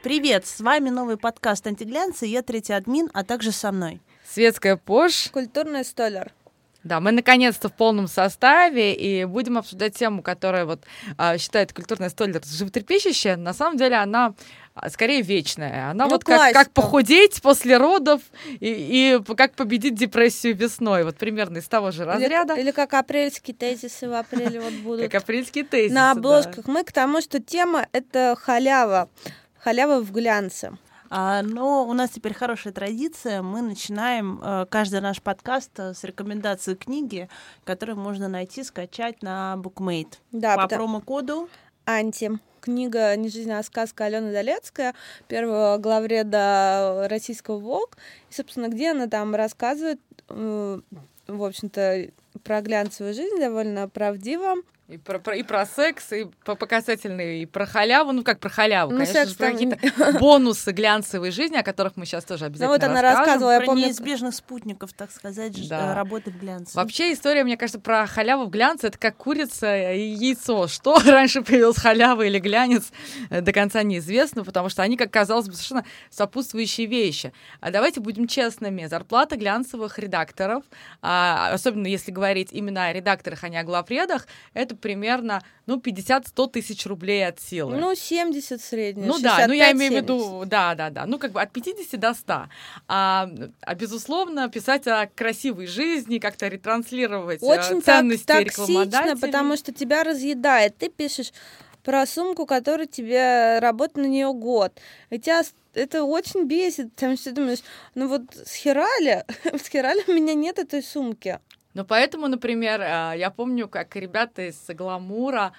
Привет, с вами новый подкаст «Антиглянцы», я третий админ, а также со мной Светская Пош. Культурный столер. Да, мы наконец-то в полном составе и будем обсуждать тему, которая считает культурная столер животрепещущая. На самом деле она скорее вечная. Она как похудеть после родов и как победить депрессию весной. Вот примерно из того же разряда. Или как апрельские тезисы в апреле будут. Как апрельские тезисы, на обложках. Да. Мы к тому, что тема — это халява. Халява в глянце. Но у нас теперь хорошая традиция. Мы начинаем каждый наш подкаст с рекомендации книги, которую можно найти, скачать на Bookmate. Да, по промокоду «Анти». Книга «Нежизненная сказка» Алены Долецкая, первого главреда российского ВОК. И, собственно, где она там рассказывает, в общем-то, про глянцевую жизнь довольно правдиво. И про секс, и по касательной, и про халяву. Ну, как про халяву, конечно же, про какие-то бонусы глянцевой жизни, о которых мы сейчас тоже обязательно расскажем. Она рассказывала, я помню, неизбежных спутников, так сказать, да. Работы в глянце. Вообще история, мне кажется, про халяву в глянце — это как курица и яйцо. Что раньше появилась халява или глянец, до конца неизвестно, потому что они, как казалось бы, совершенно сопутствующие вещи. А давайте будем честными. Зарплата глянцевых редакторов, особенно если говорить именно о редакторах, а не о главредах, это примерно 50-100 тысяч рублей от силы. 70 средняя. Ну да, я имею в виду, да. Как бы от 50 до 100. А безусловно, писать о красивой жизни, как-то ретранслировать очень ценности рекламодателей. Очень токсично, потому что тебя разъедает. Ты пишешь про сумку, которая тебе работает на нее год. И тебя это очень бесит, потому что ты думаешь, с хера ли у меня нет этой сумки. Поэтому, например, я помню, как ребята из «Гламура»,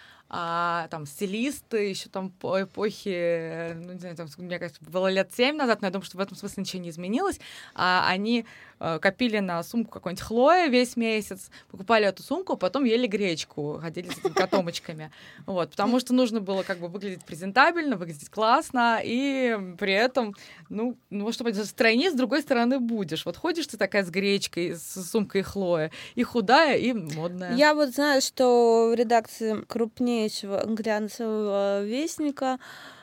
стилисты еще там по эпохе, не знаю, мне кажется, было лет 7 назад, но я думаю, что в этом смысле ничего не изменилось, они копили на сумку какой-нибудь Хлоя весь месяц, покупали эту сумку, а потом ели гречку, ходили с этими котомочками. Потому что нужно было как бы выглядеть презентабельно, выглядеть классно, и при этом, чтобы с тройне, с другой стороны будешь. Ходишь ты такая с гречкой, с сумкой Хлоя, и худая, и модная. Я знаю, что в редакции крупнейшего глянцевого вестника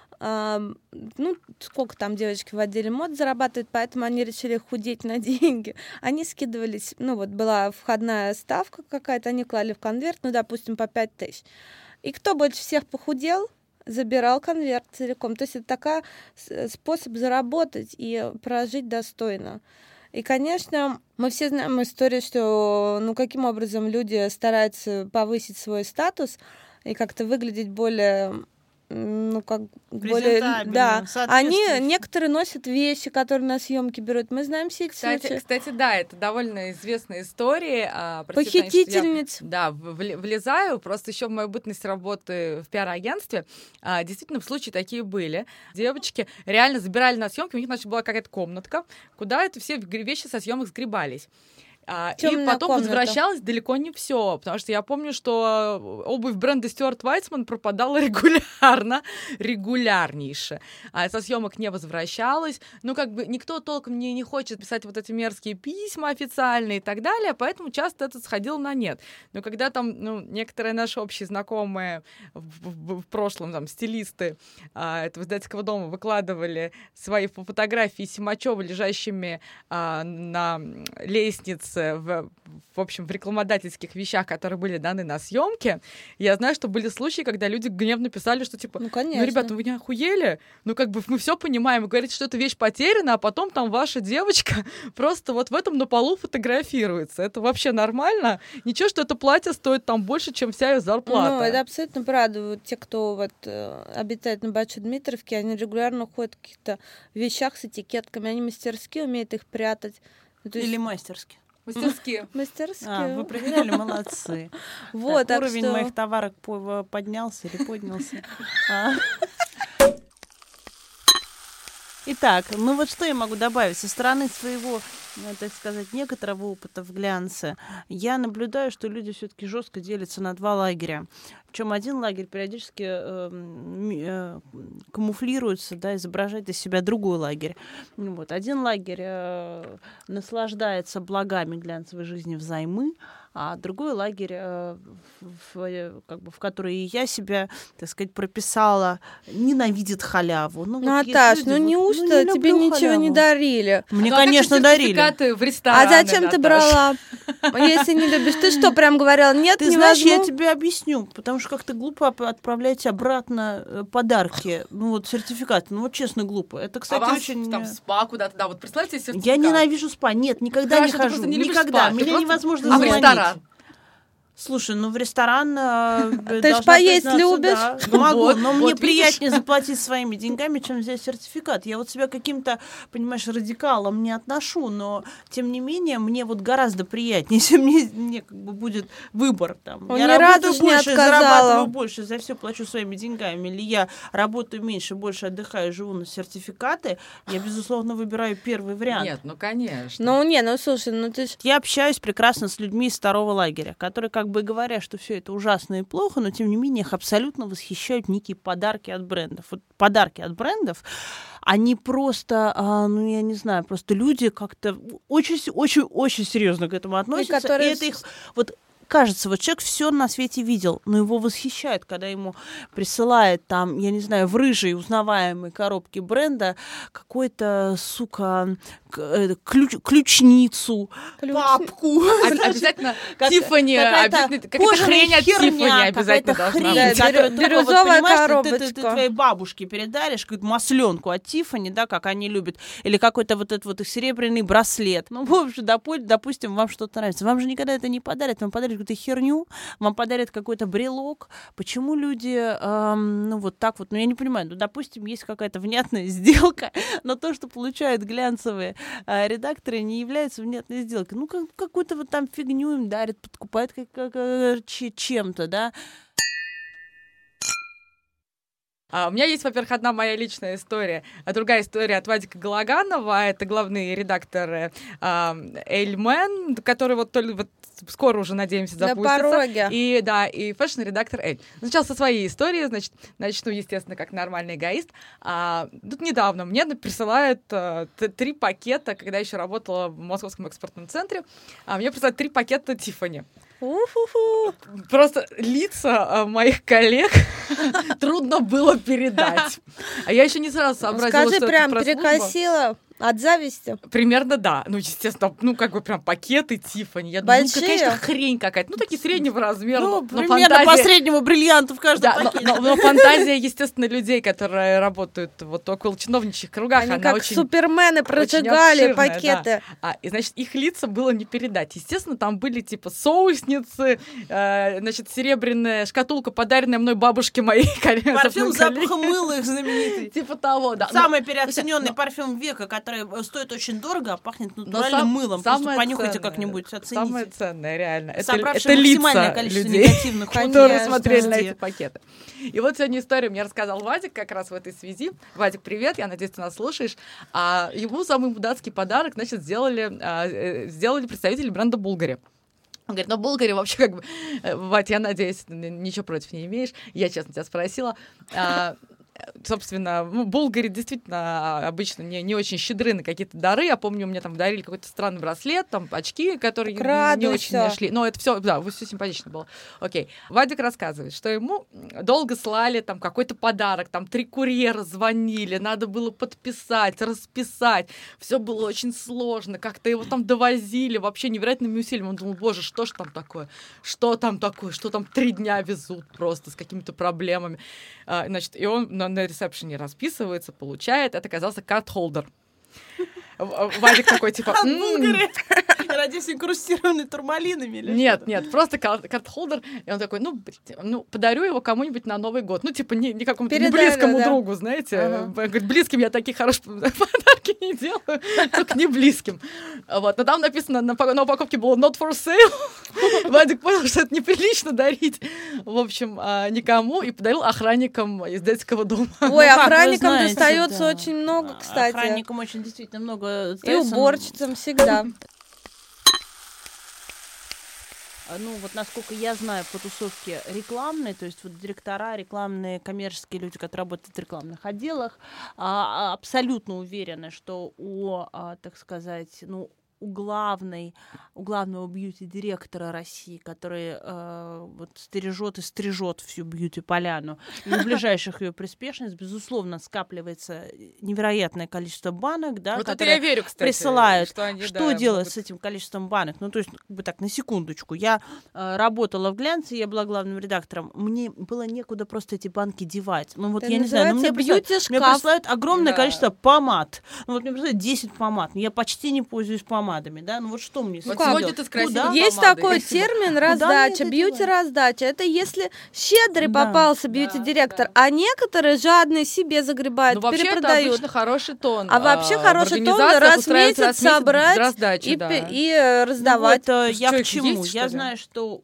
сколько там девочки в отделе мод зарабатывают, поэтому они решили худеть на деньги. Они скидывались, была входная ставка какая-то, они клали в конверт, допустим, по 5 тысяч. И кто больше всех похудел, забирал конверт целиком. То есть это такой способ заработать и прожить достойно. И, конечно, мы все знаем историю, что каким образом люди стараются повысить свой статус и как-то выглядеть более... Они некоторые носят вещи, которые на съемки берут. Мы знаем все эти случаи. Кстати, да, это довольно известная история. Похитительниц. Влезаю. Просто еще в мою бытность работы в пиар-агентстве действительно в случае такие были. Девочки реально забирали на съемки, у них, была какая-то комнатка, куда это все вещи со съемок сгребались. И потом возвращалось далеко не все, потому что я помню, что обувь бренда Стюарт Вайсман пропадала регулярнейше, со съемок не возвращалась. Никто толком не хочет писать эти мерзкие письма официальные и так далее, поэтому часто это сходило на нет. Но когда там некоторые наши общие знакомые в прошлом прошлом этого издательского дома выкладывали свои фотографии Симачёва, лежащими на лестнице в общем, в рекламодательских вещах, которые были даны на съемке, я знаю, что были случаи, когда люди гневно писали, что ребята, вы не охуели? Мы все понимаем, вы говорите, что эта вещь потеряна, а потом там ваша девочка просто в этом на полу фотографируется. Это вообще нормально? Ничего, что это платье стоит там больше, чем вся ее зарплата. Это абсолютно правда. Те, кто обитает на Большой Дмитровке, они регулярно ходят в каких-то вещах с этикетками, они мастерски умеют их прятать. Или мастерски. Мастерские. Вы проверяли, молодцы. Уровень моих товарок поднялся или поднялся. Итак, что я могу добавить? Со стороны своего, так сказать, некоторого опыта в глянце, я наблюдаю, что люди все-таки жестко делятся на два лагеря. Причем один лагерь периодически камуфлируется, изображает из себя другой лагерь. Один лагерь наслаждается благами глянцевой жизни взаймы, а другой лагерь, как бы, в который и я себя, так сказать, прописала, ненавидит халяву. Ну, Наташ, вот неужто не тебе люблю ничего не халяву. дарили? Мне, Ну, а как же конечно, дарили. сертификаты в А рестораны, зачем ты Наташ? брала? Если не любишь, ты что, прям говорила, нет, Ты не знаешь, я возьму? тебе объясню, потому что как-то глупо отправлять обратно подарки, ну вот сертификаты, ну вот честно глупо. Это, А кстати, вас очень... там в спа куда-то, да, вот представьте себе Я сертификат. ненавижу спа, нет, никогда Хорошо, не ты хожу, просто не любишь никогда, спа, ты меня просто- невозможно А в заманить. ресторан? Слушай, ну в ресторан Ты ж поесть любишь? да, Ну могу, вот, но вот мне видишь? приятнее заплатить своими деньгами, чем взять сертификат. Я вот себя каким-то, понимаешь, радикалом не отношу, но тем не менее мне вот гораздо приятнее, если мне как бы будет выбор там. Он Я ни работаю разу ж не больше, отказала. зарабатываю больше, за все плачу своими деньгами, или я работаю меньше, больше отдыхаю, живу на сертификаты, я безусловно выбираю первый вариант. Нет, ну конечно. Ну слушай, ну ты ж... Я общаюсь прекрасно с людьми из второго лагеря, которые как бы говорят, что все это ужасно и плохо, но тем не менее их абсолютно восхищают некие подарки от брендов. Вот подарки от брендов, они просто, ну я не знаю, просто люди как-то очень серьезно к этому относятся. которые И это их вот кажется, вот человек все на свете видел, но его восхищает, когда ему присылает там, я не знаю, в рыжей узнаваемой коробке бренда какой-то, сука, ключницу, папку. Обязательно Как- Тиффани, какая-то обязательно какая-то кожаная хрень от херня, Тиффани обязательно какая-то должна хрень, быть. Да, которую только бирюзовая вот, понимаешь, ты коробочка. твоей бабушке передаришь какую-то масленку от Тиффани, да, как они любят, или какой-то вот этот вот их серебряный браслет. Ну, в общем, допустим, вам что-то нравится. Вам же никогда это не подарят, вам подарят какую-то херню, вам подарят какой-то брелок. Почему люди, ну, вот так вот, ну, я не понимаю, ну, допустим, есть какая-то внятная сделка, но то, что получают глянцевые редакторы, не является внятной сделкой. Ну, какую-то вот там фигню им дарят, подкупают чем-то, да. У меня есть, во-первых, одна моя личная история, а другая история от Вадика Галаганова. Это главный редактор Эльмен, который вот скоро уже, надеемся, На запустится. пороге. И фэшн-редактор Эль. Сначала со своей истории, значит, начну, естественно, как нормальный эгоист. Тут недавно мне присылают 3 пакета, когда я еще работала в Московском экспортном центре, мне присылают 3 пакета Тиффани. Уфу-фу. Просто лица моих коллег трудно было передать. А я еще не сразу сообразила, Скажи, что прям это про службу. перекосила от зависти? Примерно да. Ну, естественно, ну, как бы прям пакеты Тиффани. Я думаю, ну, Большие? какая-то хрень какая-то. Ну, такие среднего размера. Ну, но примерно по среднему бриллианту в каждом Да, пакете. но фантазия, естественно, людей, которые работают вот около чиновничьих кругах, Они она как очень... супермены прожигали обширная, пакеты. да. И, значит, их лица было не передать. Естественно, там были, типа, соусницы, значит, серебряная шкатулка, подаренная мной бабушке моей Парфюм с запахом мыла их знаменитый. Типа того, да. Самый переоцененный парфюм века, который стоит очень дорого, а пахнет натуральным мылом. Просто самое понюхайте ценное, как-нибудь, оцените. Самое ценное, реально. Это Собравшее лица максимальное количество людей, негативных которые Конечно. смотрели на эти пакеты. И вот сегодня историю мне рассказал Вадик как раз в этой связи. Вадик, привет, я надеюсь, ты нас слушаешь. Ему самый мудацкий подарок, значит, сделали представители бренда Bulgari. Он говорит, ну, Bulgari вообще как бы... Вадь, я надеюсь, ничего против не имеешь. Я честно тебя спросила. Собственно, Bulgari действительно обычно не очень щедры на какие-то дары. Я помню, мне там дарили какой-то странный браслет, там очки, которые не очень мне шли. Но это все, да, все симпатично было. Окей. Вадик рассказывает, что ему долго слали там какой-то подарок, там 3 курьера звонили, надо было подписать, расписать. Все было очень сложно, как-то его там довозили вообще невероятными усилиями. Он думал, боже, что ж там такое? Что там такое? Что там 3 дня везут просто с какими-то проблемами? Значит, и он на ресепшене расписывается, получает. Это оказался карт-холдер. Вадик такой, типа... Я надеюсь, инкрустированный турмалинами или Нет, просто карт-холдер. И он такой, подарю его кому-нибудь на Новый год. Ну, типа, не какому-то не близкому другу, знаете. Говорит, близким я такие хорошие подарки не делаю, только не близким. Вот. Но там написано, на упаковке было not for sale. Вадик понял, что это неприлично дарить, в общем, никому, и подарил охранникам из детского дома. Ой, охранникам достается очень много, кстати. Охранникам очень действительно много. И уборщицам всегда. Ну, вот насколько я знаю по тусовке рекламной, то есть вот директора, рекламные, коммерческие люди, которые работают в рекламных отделах, абсолютно уверены, что у, так сказать, у главного бьюти-директора России, который вот стережет и стрижет всю бьюти-поляну, и у ближайших ее приспешниц, безусловно, скапливается невероятное количество банок, да, вот которые это я верю, кстати, присылают. что, они, что да, делать могут... с этим количеством банок? Ну, то есть, как бы так, на секундочку. Я работала в глянце, я была главным редактором. Мне было некуда просто эти банки девать. Ну, вот Это я не знаю, но мне присылают огромное количество помад. Ну, вот мне присылают 10 помад. Я почти не пользуюсь помадами, да? Ну, вот что мне с этим сегодня делать? ты с красивой Есть помадой. такой термин раздача, бьюти-раздача. Это если щедрый попался бьюти-директор, а некоторые жадные себе загребают, вообще перепродают. Это обычно хороший тон. А вообще хороший тон раз в месяц собрать раздачи, и раздавать. Ну, вот, я к чему? Есть, я знаю, что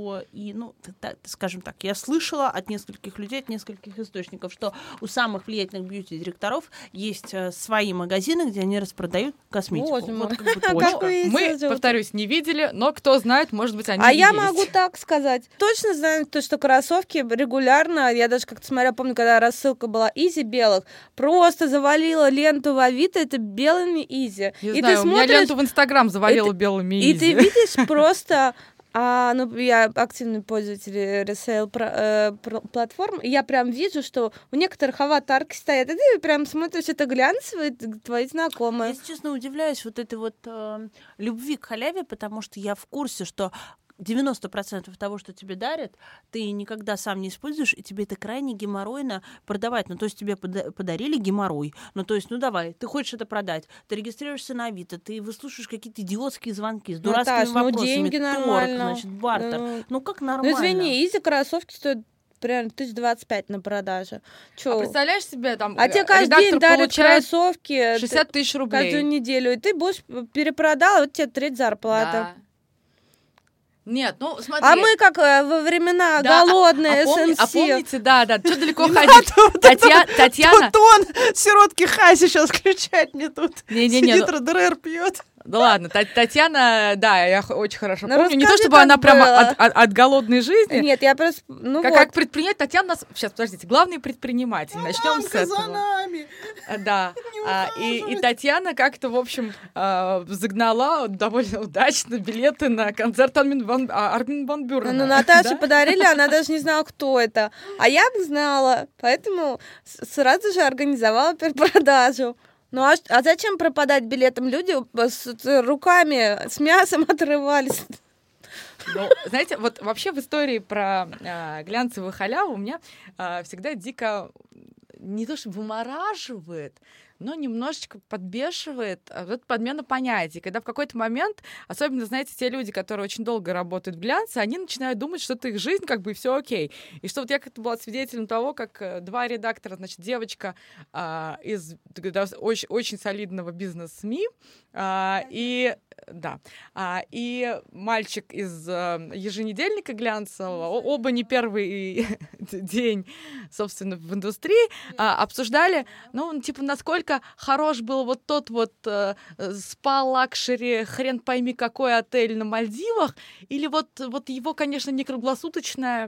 скажем так, я слышала от нескольких людей, от нескольких источников, что у самых влиятельных бьюти-директоров есть свои магазины, где они распродают косметику. Вот, как бы точка. Мы, повторюсь, не видели, но кто знает, может быть, они А и я есть. могу так сказать. Точно знаю, что кроссовки регулярно, я даже как-то смотрела, помню, когда рассылка была Изи белых, просто завалила ленту в Авито, это белыми Изи. Я знаю, у меня ленту в Инстаграм завалила белыми Изи. И ты видишь просто... я активный пользователь ресейл-платформ, и я прям вижу, что у некоторых аватарки стоят, и ты прям смотришь, это глянцевые твои знакомые. Я, если честно, удивляюсь вот этой вот любви к халяве, потому что я в курсе, что 90% того, что тебе дарят, ты никогда сам не используешь, и тебе это крайне геморройно продавать. Ну, то есть тебе подарили геморрой. Ну, то есть, давай, ты хочешь это продать, ты регистрируешься на Авито, ты выслушаешь какие-то идиотские звонки с дурацкими вопросами. Деньги нормально. Значит, бартер. Как нормально? Ну, извини, Изи кроссовки стоят примерно 1025 на продаже. А представляешь себе, там тебе каждый день дарят кроссовки 60 тысяч рублей. Каждую неделю, и ты будешь перепродал, вот тебе треть зарплаты. Да. Нет, смотри. А мы как во времена голодные СНС. А помните, да, что далеко ходить? Татьяна... Тут он, сиротки Хай сейчас включает мне тут. Сидит, РДР пьет. Да ладно, Татьяна, да, я очень хорошо помню. Не то, чтобы она прямо от голодной жизни. Нет, я просто... Как предприниматель, Татьяна у нас... Сейчас, подождите, главный предприниматель. Начнем с этого. За нами. Да. И Татьяна как-то, в общем, загнала довольно удачно билеты на концерт Армин ван Бюрена. Ну, Наташе подарили, она даже не знала, кто это. А я знала, поэтому сразу же организовала перепродажу. Ну а зачем пропадать билетам? Люди с руками, с мясом отрывались. Ну, знаете, вот вообще в истории про глянцевую халяву у меня всегда дико не то что вымораживает, но немножечко подбешивает вот подмена понятий. Когда в какой-то момент, особенно, знаете, те люди, которые очень долго работают в глянце, они начинают думать, что это их жизнь, как бы, и все окей. И что вот я как-то была свидетелем того, как два редактора, значит, девочка из очень, очень солидного бизнес-СМИ и мальчик из еженедельника глянцевого, оба не первый день, собственно, в индустрии, обсуждали, насколько хорош был вот тот вот спа-лакшери, хрен пойми какой отель на Мальдивах, или вот его, конечно, микруглосуточный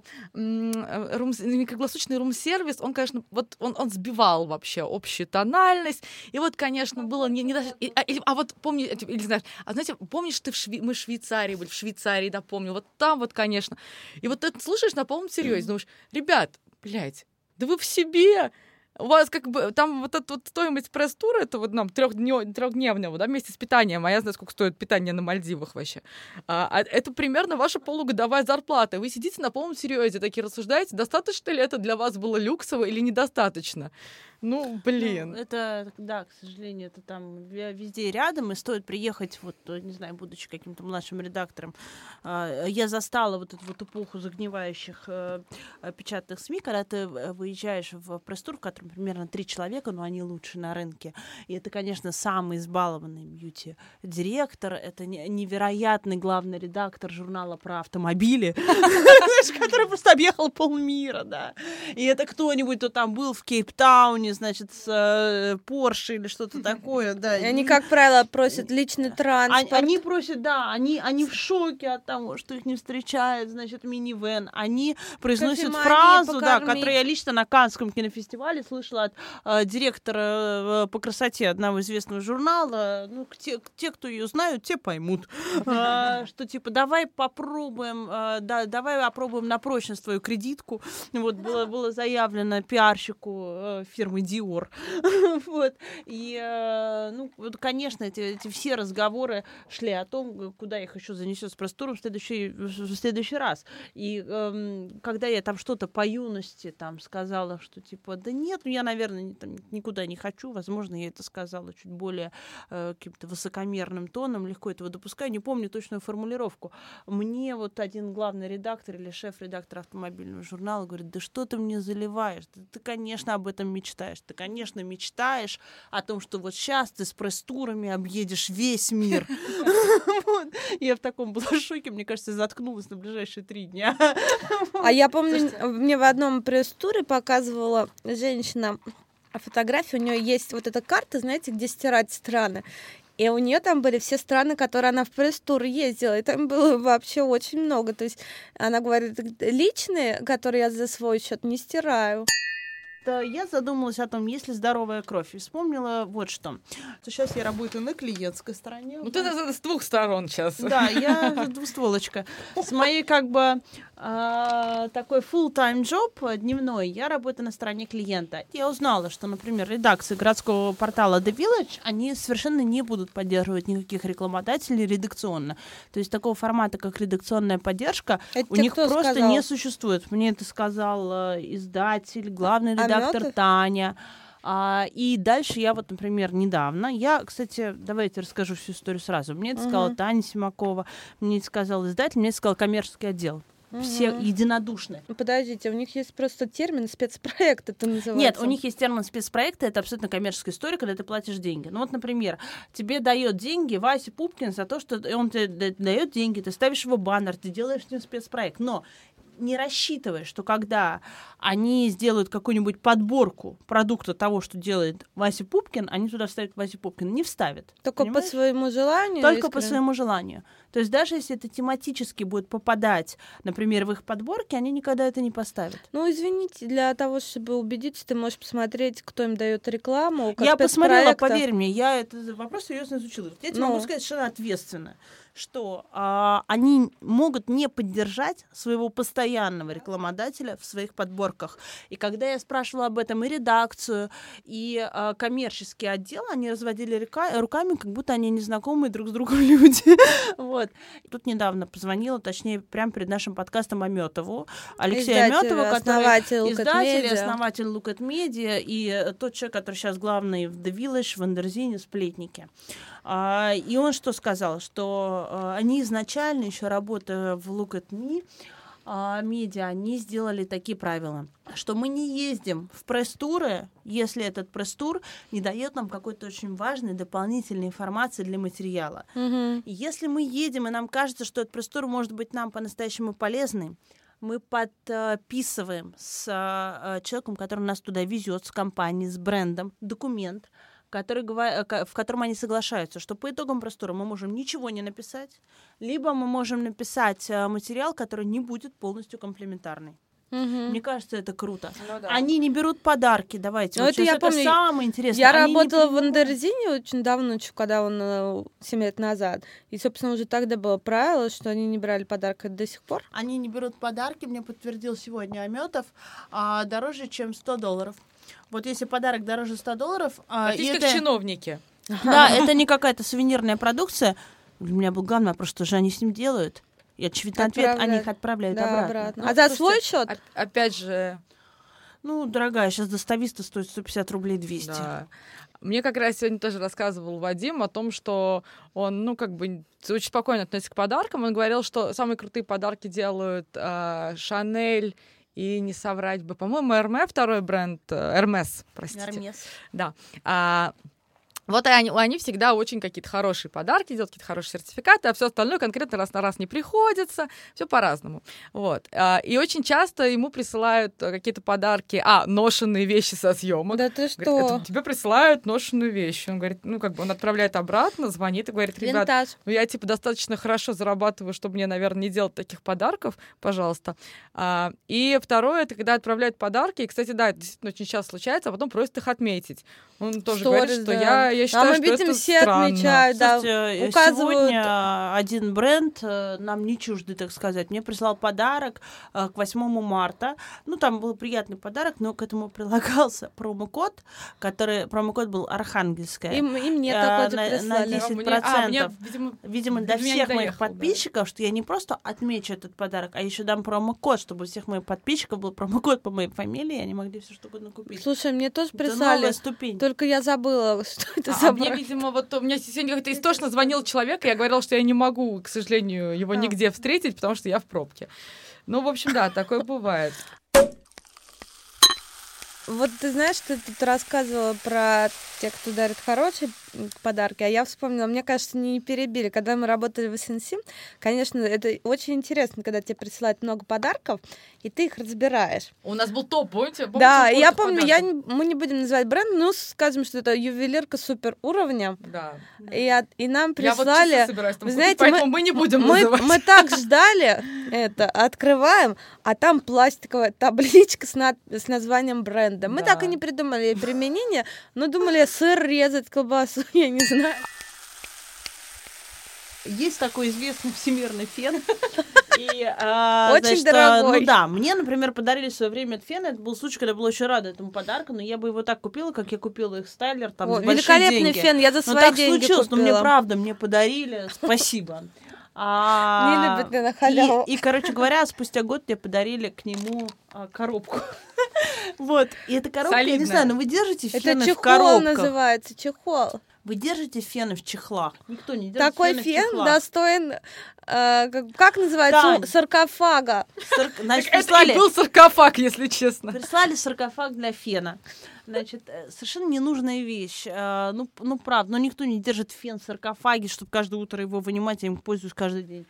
рум-сервис, он, конечно, вот он сбивал вообще общую тональность, и вот, конечно, было не даже... А вот помни, или знаешь, знаете, помнишь, мы в Швейцарии были, да, помню, вот там вот, конечно. И вот ты слушаешь на полном серьезе, думаешь, ребят, блядь, да вы в себе... У вас как бы там вот эта вот стоимость пресс-тура, это вот нам трехдневного, да, вместе с питанием, а я знаю, сколько стоит питание на Мальдивах вообще. Это примерно ваша полугодовая зарплата. Вы сидите на полном серьезе, такие рассуждаете, достаточно ли это для вас было люксово или недостаточно? Ну, блин. Это, да, к сожалению, это там везде рядом, и стоит приехать, вот, не знаю, будучи каким-то младшим редактором, я застала вот эту вот эпоху загнивающих печатных СМИ, когда ты выезжаешь в пресс-тур, в котором примерно 3 человека, но они лучше на рынке. И это, конечно, самый избалованный бьюти-директор, это невероятный главный редактор журнала про автомобили, который просто объехал полмира, да. И это кто-нибудь, кто там был в Кейптауне, значит, с Порше или что-то такое, да. И они, как правило, просят личный транспорт. Они просят, да, они в шоке от того, что их не встречает, значит, минивэн. Они произносят Кофемания фразу, да, покормить. которую я лично на Каннском кинофестивале слышала от директора по красоте одного известного журнала. Ну, те, кто ее знают, те поймут, что типа давай попробуем, давай опробуем на прочность твою кредитку. Вот было заявлено пиарщику фирмы Dior. Вот. И, ну, вот, конечно, эти все разговоры шли о том, куда их еще занесет с пресс-туром в следующий раз. И когда я там что-то по юности там сказала, что типа, да нет, ну я, наверное, никуда не хочу, возможно, я это сказала чуть более каким-то высокомерным тоном, легко этого допускаю, не помню точную формулировку. Мне вот один главный редактор или шеф-редактор автомобильного журнала говорит, да что ты мне заливаешь? Ты, конечно, об этом мечтаешь. Ты, конечно, мечтаешь о том, что вот сейчас ты с пресс-турами объедешь весь мир. Я в таком была шоке, мне кажется, заткнулась на ближайшие 3 дня. А я помню, мне в одном пресс-туре показывала женщина фотографию, у нее есть вот эта карта, знаете, где стирать страны. И у нее там были все страны, которые она в пресс-тур ездила, и там было вообще очень много. То есть она говорит, личные, которые я за свой счет не стираю. Я задумалась о том, есть ли здоровая кровь, и вспомнила вот что. Сейчас я работаю на клиентской стороне. Ну, ты с 2 сторон сейчас. Да, я двустволочка. С моей как бы такой full-time job дневной, я работаю на стороне клиента. Я узнала, что, например, редакции городского портала The Village, они совершенно не будут поддерживать никаких рекламодателей редакционно. То есть такого формата, как редакционная поддержка, Это у них просто сказал? не существует. Мне это сказал издатель, главный редактор Таня. И дальше я вот, например, недавно, кстати, давайте расскажу всю историю сразу. Мне это сказала Таня Симакова, мне это сказал издатель, мне это сказал коммерческий отдел. Все единодушны. Подождите, у них есть просто термин спецпроект, это называется. Нет, у них есть термин спецпроекта, это абсолютно коммерческая история, когда ты платишь деньги. Ну вот, например, тебе дает деньги Вася Пупкин за то, что он тебе дает деньги, ты ставишь его баннер, ты делаешь с ним спецпроект. Но не рассчитывай, что когда они сделают какую-нибудь подборку продукта того, что делает Вася Пупкин, они туда вставят Вася Пупкина. Не вставят. Только понимаешь? по своему желанию? Только по своему желанию. То есть даже если это тематически будет попадать, например, в их подборки, они никогда это не поставят. Ну, извините, для того, чтобы убедиться, ты можешь посмотреть, кто им дает рекламу. Как Я посмотрела, спецпроекта. поверь мне, я этот вопрос серьезно изучила. Я тебе могу сказать совершенно ответственно, что они могут не поддержать своего постоянного рекламодателя в своих подборках. И когда я спрашивала об этом и редакцию, и коммерческий отдел, они разводили руками, как будто они незнакомые друг с другом люди. Вот. Тут недавно позвонила, точнее, прямо перед нашим подкастом Амётову, Алексею Амётову, который издатель, основатель Look at Media, и тот человек, который сейчас главный в The Village, в Андерзине, сплетники. И он что сказал? Что они изначально, еще работая в Look at Me, медиа, они сделали такие правила, что мы не ездим в пресс-туры, если этот пресс-тур не дает нам какой-то очень важной дополнительной информации для материала. И если мы едем, и нам кажется, что этот пресс-тур может быть нам по-настоящему полезный, мы подписываем с человеком, который нас туда везет, с компанией, с брендом, документ, в котором они соглашаются, что по итогам пресс-тура мы можем ничего не написать, либо мы можем написать материал, который не будет полностью комплементарный. Мне кажется, это круто. Ну, да. Они не берут подарки, давайте. Ну, Вот это помню, самое интересное. Я работала в Андерзине очень давно, когда он 7 лет назад. И, собственно, уже тогда было правило, что они не брали подарки до сих пор. Они не берут подарки, мне подтвердил сегодня Амётов, дороже, чем $100. Вот если подарок дороже $100... Здесь как чиновники. Да, это не какая-то сувенирная продукция. У меня был главный вопрос, что же они с ним делают? И очевидно ответ, они их отправляют обратно. Ну, за свой счет? Опять же... Ну, дорогая, сейчас достависта стоит 150 рублей 200. Да. Мне как раз сегодня тоже рассказывал Вадим о том, что он, очень спокойно относится к подаркам. Он говорил, что самые крутые подарки делают Шанель и, не соврать бы, по-моему, Hermès, второй бренд, Hermès, простите. Hermès. Да. Вот и они всегда очень какие-то хорошие подарки делают, какие-то хорошие сертификаты, а все остальное конкретно раз на раз не приходится, все по-разному. Вот. И очень часто ему присылают какие-то подарки, ношенные вещи со съемок. Да ты что? Говорит, тебе присылают ношенную вещь. Он говорит, он отправляет обратно, звонит и говорит, ребят, Винтаж. я достаточно хорошо зарабатываю, чтобы мне, наверное, не делать таких подарков, пожалуйста. И второе, это когда отправляют подарки, и, кстати, да, это действительно очень часто случается, а потом просят их отметить. Он тоже говорит, что я считаю, мы что видим, это все странно. отмечают, да, Слушайте, указывают. сегодня один бренд, нам не чуждый, так сказать, мне прислал подарок к 8 марта. Ну, там был приятный подарок, но к этому прилагался промокод, промокод был Архангельская. И мне такой же прислали. На 10%. Видимо, для всех моих доехал, подписчиков, что я не просто отмечу этот подарок, а еще дам промокод, чтобы у всех моих подписчиков был промокод по моей фамилии, и они могли все что угодно купить. Слушай, мне тоже Это прислали. новая ступень. Только я забыла, что это за Мне, бренд. видимо, у меня сегодня как-то истошно звонил человек, и я говорила, что я не могу, к сожалению, его нигде встретить, потому что я в пробке. Ну, в общем, да, такое бывает. Вот ты знаешь, ты тут рассказывала про тех, кто дарит хорошие подарки, а я вспомнила, мне кажется, не перебили. Когда мы работали в СНС, конечно, это очень интересно, когда тебе присылают много подарков, и ты их разбираешь. У нас был топ, помните? Да, я помню, мы не будем называть бренд, но скажем, что это ювелирка супер уровня. Да. И нам Я вот прислали... часы собираюсь там Вы купить, знаете, поэтому мы не будем называть. Мы так ждали это, открываем, а там пластиковая табличка с названием бренда. Мы Да. так и не придумали применение, но думали сыр резать, колбасу, я не знаю. Есть такой известный всемирный фен. Очень дорогой. Ну да, мне, например, подарили в свое время этот фен. Это был случай, когда я была очень рада этому подарку, но я бы его так купила, как я купила их Стайлер, там, за большие Великолепный деньги. фен, я за Но свои так деньги случилось, но мне купила. правда, мне подарили, спасибо. Не любят на халяву. И, короче говоря, спустя год мне подарили к нему коробку. Вот, и эта коробка, я не Солидная. знаю, но вы держите Это фены в чехол коробках. называется, чехол. Вы держите фены в чехлах. Никто не держит Такой фены в фен чехлах. достоин, как называется, Тань. саркофага. Значит, Это и был саркофаг, если честно. прислали саркофаг для фена. Значит, совершенно ненужная вещь. Ну, правда, но никто не держит фен в саркофаге, чтобы каждое утро его вынимать, я им пользуюсь каждый день.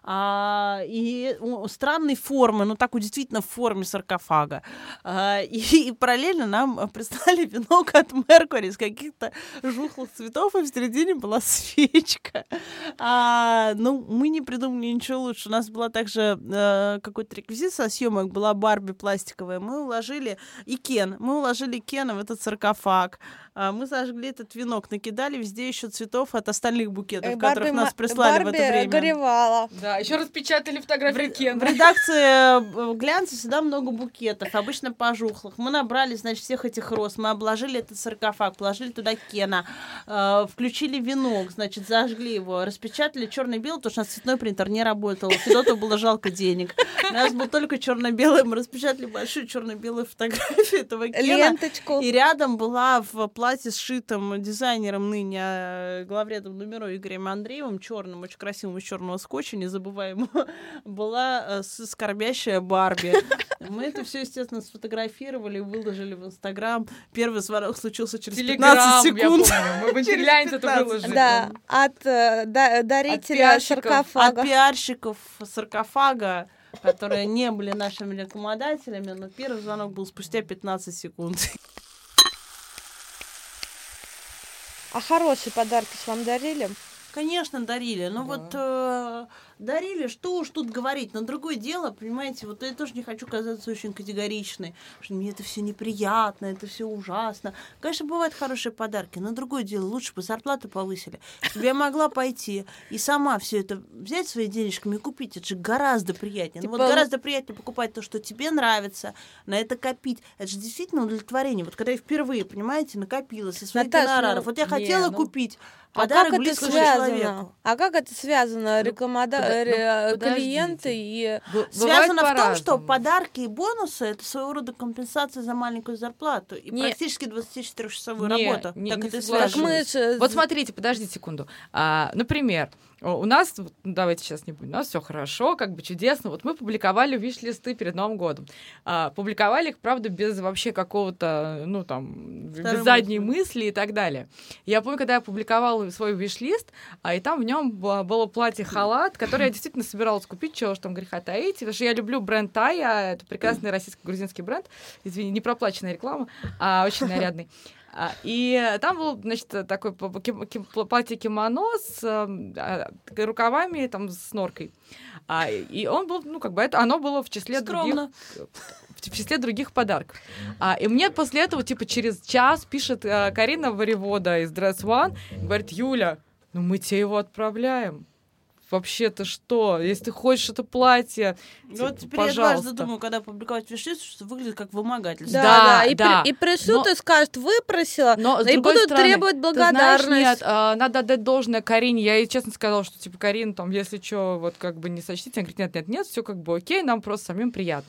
И странной формы, но так вот действительно в форме саркофага. И параллельно нам прислали венок от Mercury из каких-то жухлых цветов, и в середине была свечка. Ну, мы не придумали ничего лучше. У нас была также какой-то реквизит со съемок, была Барби пластиковая. Мы уложили Кен в этот саркофаг. Мы зажгли этот венок, накидали везде еще цветов от остальных букетов, которых нас прислали в это время. горевала. Да, еще распечатали фотографию В Кена. редакции глянца всегда много букетов, обычно пожухлых. Мы набрали, значит, всех этих роз, мы обложили этот саркофаг, положили туда Кена, включили венок, значит, зажгли его, распечатали черно-белый, потому что у нас цветной принтер не работал, Федотову было жалко денег. У нас был только черно-белый, мы распечатали большую черно-белую фотографию этого Кена. Ленточку. И рядом была в платье, сшитом дизайнером ныне главредом номера Игорем Андреевым, черным, очень красивым, из черного скотча, незабываемого, была скорбящая Барби. Мы это все, естественно, сфотографировали, выложили в Инстаграм. Первый звонок случился через 15 секунд. Мы в интернете это 15. выложили. Да, от дарителя пиарщиков. саркофага. От пиарщиков саркофага, которые не были нашими рекламодателями, но первый звонок был спустя 15 секунд. А хорошие подарки ж вам дарили? Конечно, дарили. Но вот дарили, что уж тут говорить. Но другое дело, понимаете, вот я тоже не хочу казаться очень категоричной, что мне это все неприятно, это все ужасно. Конечно, бывают хорошие подарки, но другое дело, лучше бы зарплату повысили. Чтобы я могла пойти и сама все это взять своими денежками и купить. Это же гораздо приятнее. Ну, вот гораздо приятнее покупать то, что тебе нравится, на это копить. Это же действительно удовлетворение. Вот когда я впервые, понимаете, накопила со своих Наташ, гонораров. Вот я хотела купить Подарок как это близкому связано? человеку. А как это связано? подождите. Клиенты и... Связано в том, что по-разному. подарки и бонусы — это своего рода компенсация за маленькую зарплату и Не. практически 24-часовую Не, работу. не- Так не это и соглашусь. Так мы связано. же... Вот смотрите, подождите секунду. Например, у нас, вот, ну, давайте сейчас не будем, у нас все хорошо, как бы чудесно. Вот мы публиковали виш-листы перед Новым годом. Публиковали их, правда, без вообще какого-то, ну, там, Второй без задней мысли. мысли и так далее. Я помню, когда я публиковала свой виш-лист, и там в нем было платье-халат, которое я действительно собиралась купить, чего уж там греха таить, потому что я люблю бренд Тая, это прекрасный российско-грузинский бренд, извини, не проплаченная реклама, очень нарядный. И там был, значит, такое платье-кимоно с рукавами, там, с норкой. И он был, ну, как бы, оно было в числе Скромно. других подарков. И мне после этого, типа, через час пишет Карина Варивода из Dress One, говорит: Юля, ну мы тебе его отправляем. Вообще-то что? Если ты хочешь это платье, Вот теперь пожалуйста. я дважды думаю, когда публиковать виш-лист, что выглядит как вымогательство. Да, Да, и пришлют но- и скажут, выпросила, Но, с и другой будут стороны, требовать ты благодарность. знаешь, нет, надо отдать должное Карине. Я ей честно сказала, что, типа, Карин, там, если что, вот, как бы не сочтите. Она говорит: нет, все как бы окей, нам просто самим приятно.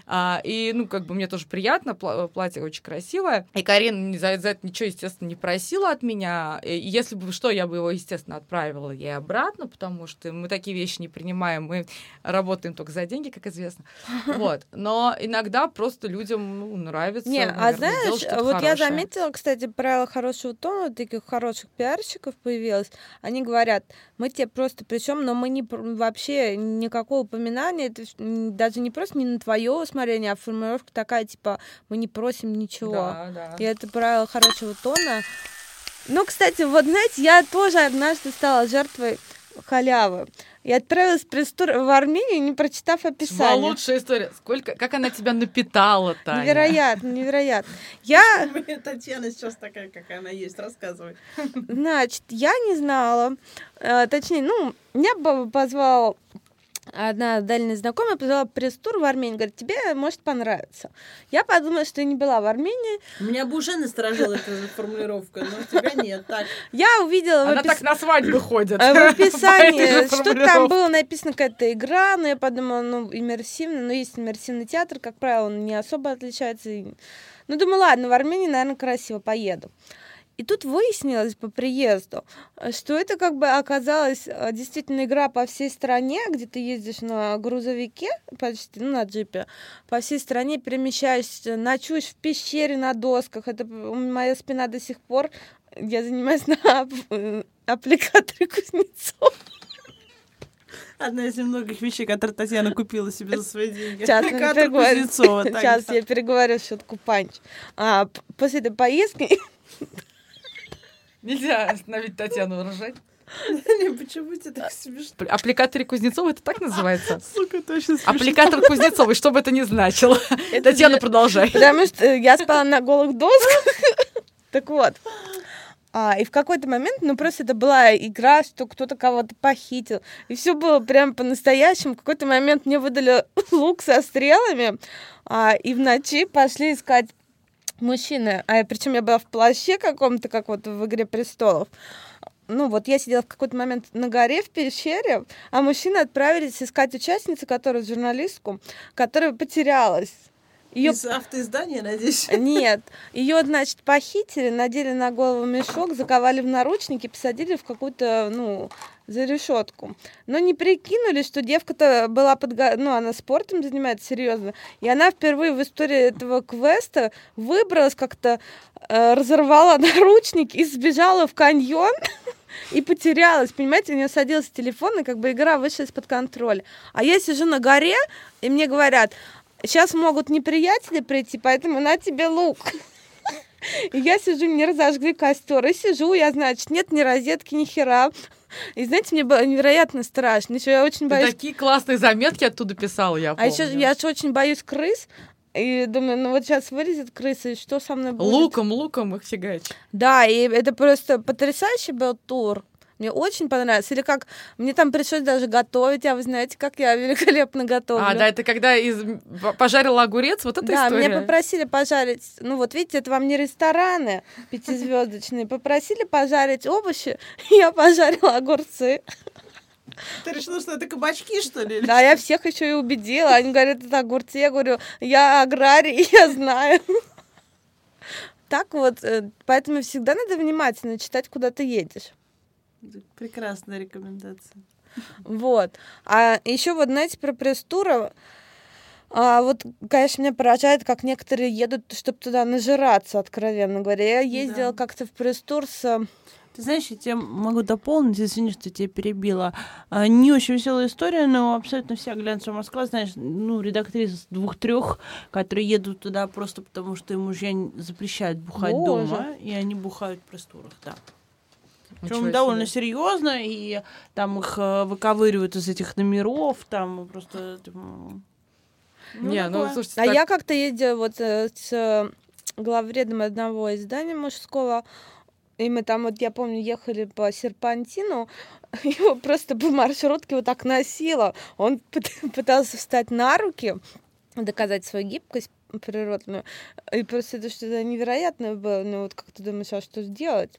И, ну, как бы мне тоже приятно, платье очень красивое. И Карин за это ничего, естественно, не просила от меня. И если бы что, я бы его, естественно, отправила ей обратно, потому что мы такие вещи не принимаем, мы работаем только за деньги, как известно. Вот. Но иногда просто людям, ну, нравится. Не, наверное, знаешь, делать что-то вот я хорошее. заметила, кстати, правило хорошего тона, таких хороших пиарщиков появилось. Они говорят: мы тебе просто причем, но мы не вообще никакого упоминания, это даже не просто не на твое усмотрение, а формулировка такая, типа, мы не просим ничего. Да. И это правило хорошего тона. Ну, кстати, вот знаете, я тоже однажды стала жертвой халявы. Я отправилась в пресс-тур в Армению, не прочитав Была описание. лучшая история. Как она тебя напитала, Таня? Невероятно. Я, Татьяна сейчас такая, какая она есть, рассказывай. значит, я не знала, точнее, ну, меня позвала одна дальняя знакомая, позвала в пресс-тур в Армению, говорит: тебе может понравиться. Я подумала, что я не была в Армении. Меня бы уже насторожила эта формулировка, но тебя нет. Так. Я увидела Она так на свадьбы ходит. в По этой описании, же что там формулировке. было написано, какая-то игра, но я подумала, ну, иммерсивно, но есть иммерсивный театр, как правило, он не особо отличается. Ну, думаю, ладно, в Армении, наверное, красиво, поеду. И тут выяснилось по приезду, что это как бы оказалась действительно игра по всей стране, где ты ездишь на грузовике, почти, ну, на джипе, по всей стране перемещаешься, ночуешь в пещере на досках. Это моя спина до сих пор. Я занимаюсь на аппликаторе Кузнецова. Одна из немногих вещей, которые Татьяна купила себе за свои деньги. Сейчас, Аппликатор Кузнецова. так сейчас да. я переговорю шутку панч. После этой поездки Нельзя остановить Татьяну ржать. Не, почему тебе так смешно? Аппликатор Кузнецова, это так называется? Сука, точно смешно. Аппликатор Кузнецова, что бы это ни значило. Это Татьяна, для- продолжай. потому что я спала на голых досках. Так вот. И в какой-то момент, ну, просто это была игра, что кто-то кого-то похитил. И все было прям по-настоящему. В какой-то момент мне выдали лук со стрелами, и в ночи пошли искать мужчины. Причем я была в плаще каком-то, как вот в «Игре престолов». Ну, вот я сидела в какой-то момент на горе в пещере, а мужчины отправились искать участницу, которую журналистку, которая потерялась. Её... Из автоиздания, надеюсь? Нет, ее, значит, похитили, надели на голову мешок, заковали в наручники, посадили в какую-то, ну, за решетку. Но не прикинули, что девка-то была ну, она спортом занимается серьезно, и она впервые в истории этого квеста выбралась как-то, разорвала наручники и сбежала в каньон и потерялась, понимаете, у нее садился телефон, и как бы игра вышла из-под контроля. А я сижу на горе, и мне говорят: сейчас могут неприятели прийти, поэтому на тебе лук. И я сижу, мне разожгли костер, и сижу, я, значит, нет ни розетки, ни хера. И знаете, мне было невероятно страшно. Еще я очень Ты боюсь. такие классные заметки оттуда писала, я помню. еще я же очень боюсь крыс. И думаю, ну вот сейчас вылезет крыса, и что со мной будет? Луком их фигач. Да, и это просто потрясающий был тур. Мне очень понравилось. Или как мне там пришлось даже готовить, а вы знаете, как я великолепно готовлю. А, да, это когда пожарила огурец, вот эта да, история? меня попросили пожарить, ну вот видите, это вам не рестораны пятизвездочные, попросили пожарить овощи, я пожарила огурцы. Ты решила, что это кабачки, что ли? Да, я всех еще и убедила. Они говорят, это огурцы. Я говорю, я аграрий, я знаю. Так вот, поэтому всегда надо внимательно читать, куда ты едешь. Прекрасная рекомендация. Вот. А еще вот, знаете, про пресс-туры. Вот, конечно, меня поражает, как некоторые едут, чтобы туда нажираться, откровенно говоря. Я ездила как-то в пресс-тур с... Ты знаешь, я тебя могу дополнить, извини, что тебя перебила. Не очень веселая история, но абсолютно вся глянцевая Москва, знаешь, ну, редактриса 2-3, которые едут туда просто потому, что им мужья запрещают бухать дома, и они бухают в пресс-турах, да. Причем довольно серьезно, и там их выковыривают из этих номеров, там просто... слушайте, я как-то ездила вот с главредом одного издания мужского, и мы там, вот я помню, ехали по серпантину, его просто по маршрутке вот так носило. Он пытался встать на руки, доказать свою гибкость природную. И просто это что-то невероятное было. Ну вот как ты думаешь, а что сделать?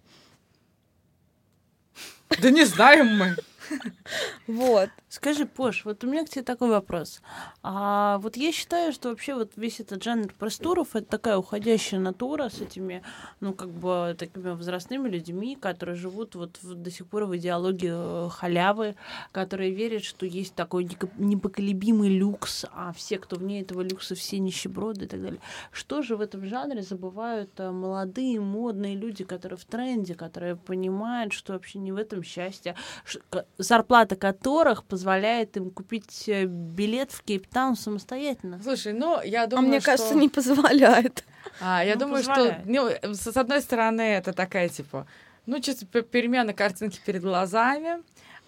Да не знаем мы. Вот. Скажи, Пош, вот у меня к тебе такой вопрос. Вот я считаю, что вообще вот весь этот жанр пресс-туров — это такая уходящая натура с этими, ну, как бы, такими возрастными людьми, которые живут вот до сих пор в идеологии халявы, которые верят, что есть такой непоколебимый люкс, а все, кто вне этого люкса, все нищеброды и так далее. Что же в этом жанре забывают молодые, модные люди, которые в тренде, которые понимают, что вообще не в этом счастье, зарплата которых позволяет им купить билет в Кейптаун самостоятельно. Слушай, я думаю, мне кажется, не позволяет. Я думаю, позволяет. что с одной стороны это такая, типа, чисто перемена картинки перед глазами.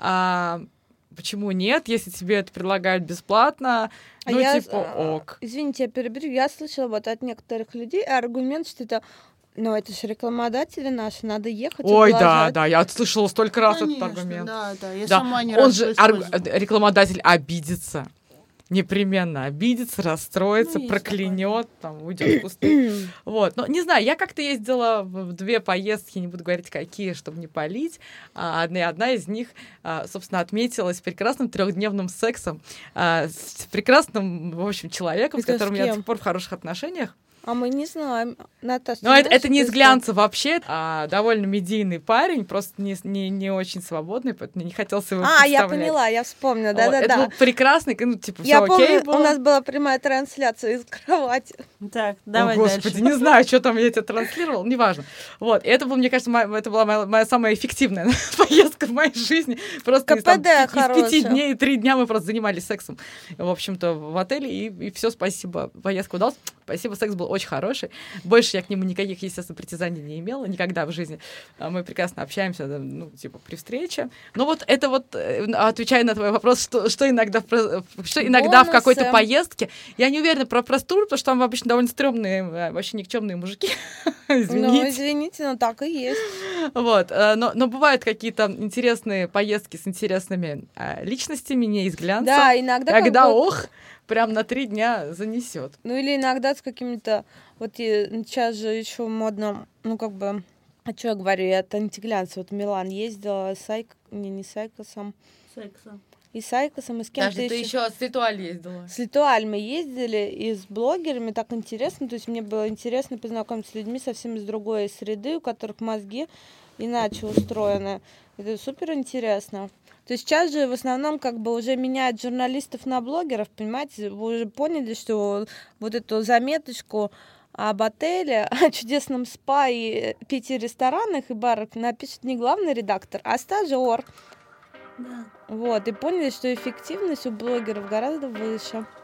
Почему нет, если тебе это предлагают бесплатно? Ок. Извините, я перебью. Я слышала вот от некоторых людей аргумент, что это... Но это же рекламодатели наши, надо ехать. Ой, да, я слышала столько раз этот аргумент. Да, я сама не Он раз же рекламодатель обидится. Непременно обидится, расстроится, проклянет, там, уйдет в кусты. Вот. Но не знаю, я как-то ездила в 2 поездки, не буду говорить какие, чтобы не палить. Одна из них, собственно, отметилась прекрасным 3-дневным сексом с прекрасным, в общем, человеком, с которым я до сих пор в хороших отношениях. А мы не знаем. Наташа, но это не из глянца вообще, а довольно медийный парень, просто не очень свободный, поэтому не хотелось его представлять. Я поняла, я вспомнила, да-да-да. Это был прекрасный, я всё помню, окей было. У нас была прямая трансляция из кровати. Так, давай дальше. Господи, не знаю, что там я тебя транслировала, неважно. Вот, и это был, мне кажется, это была моя самая эффективная поездка в моей жизни. Просто из 5 дней, 3 дня мы просто занимались сексом, в общем-то, в отеле, и все, спасибо, поездка удалась. Спасибо, секс был очень хороший. Больше я к нему никаких, естественно, притязаний не имела никогда в жизни. Мы прекрасно общаемся, при встрече. Но вот это отвечая на твой вопрос, что иногда в какой-то поездке, я не уверена про пресс-тур, потому что там обычно довольно стрёмные, вообще никчемные мужики. Извините, но так и есть. Вот. Но бывают какие-то интересные поездки с интересными личностями, не из глянца. Да, иногда когда прям на 3 дня занесет. Ну или иногда с какими-то... Вот сейчас же еще модно, а что я говорю, это антиглянцы. Вот в Милан ездила с Сайкосом. И с Сайкосом, и с кем-то даже ты еще с Литуаль ездила. С Литуаль мы ездили, и с блогерами, так интересно. То есть мне было интересно познакомиться с людьми совсем из другой среды, у которых мозги иначе устроены. Это супер интересно. То есть сейчас же в основном уже меняют журналистов на блогеров, понимаете? Вы уже поняли, что вот эту заметочку об отеле, о чудесном спа и 5 ресторанах и барах напишет не главный редактор, а стажёр. Да. Вот, и поняли, что эффективность у блогеров гораздо выше.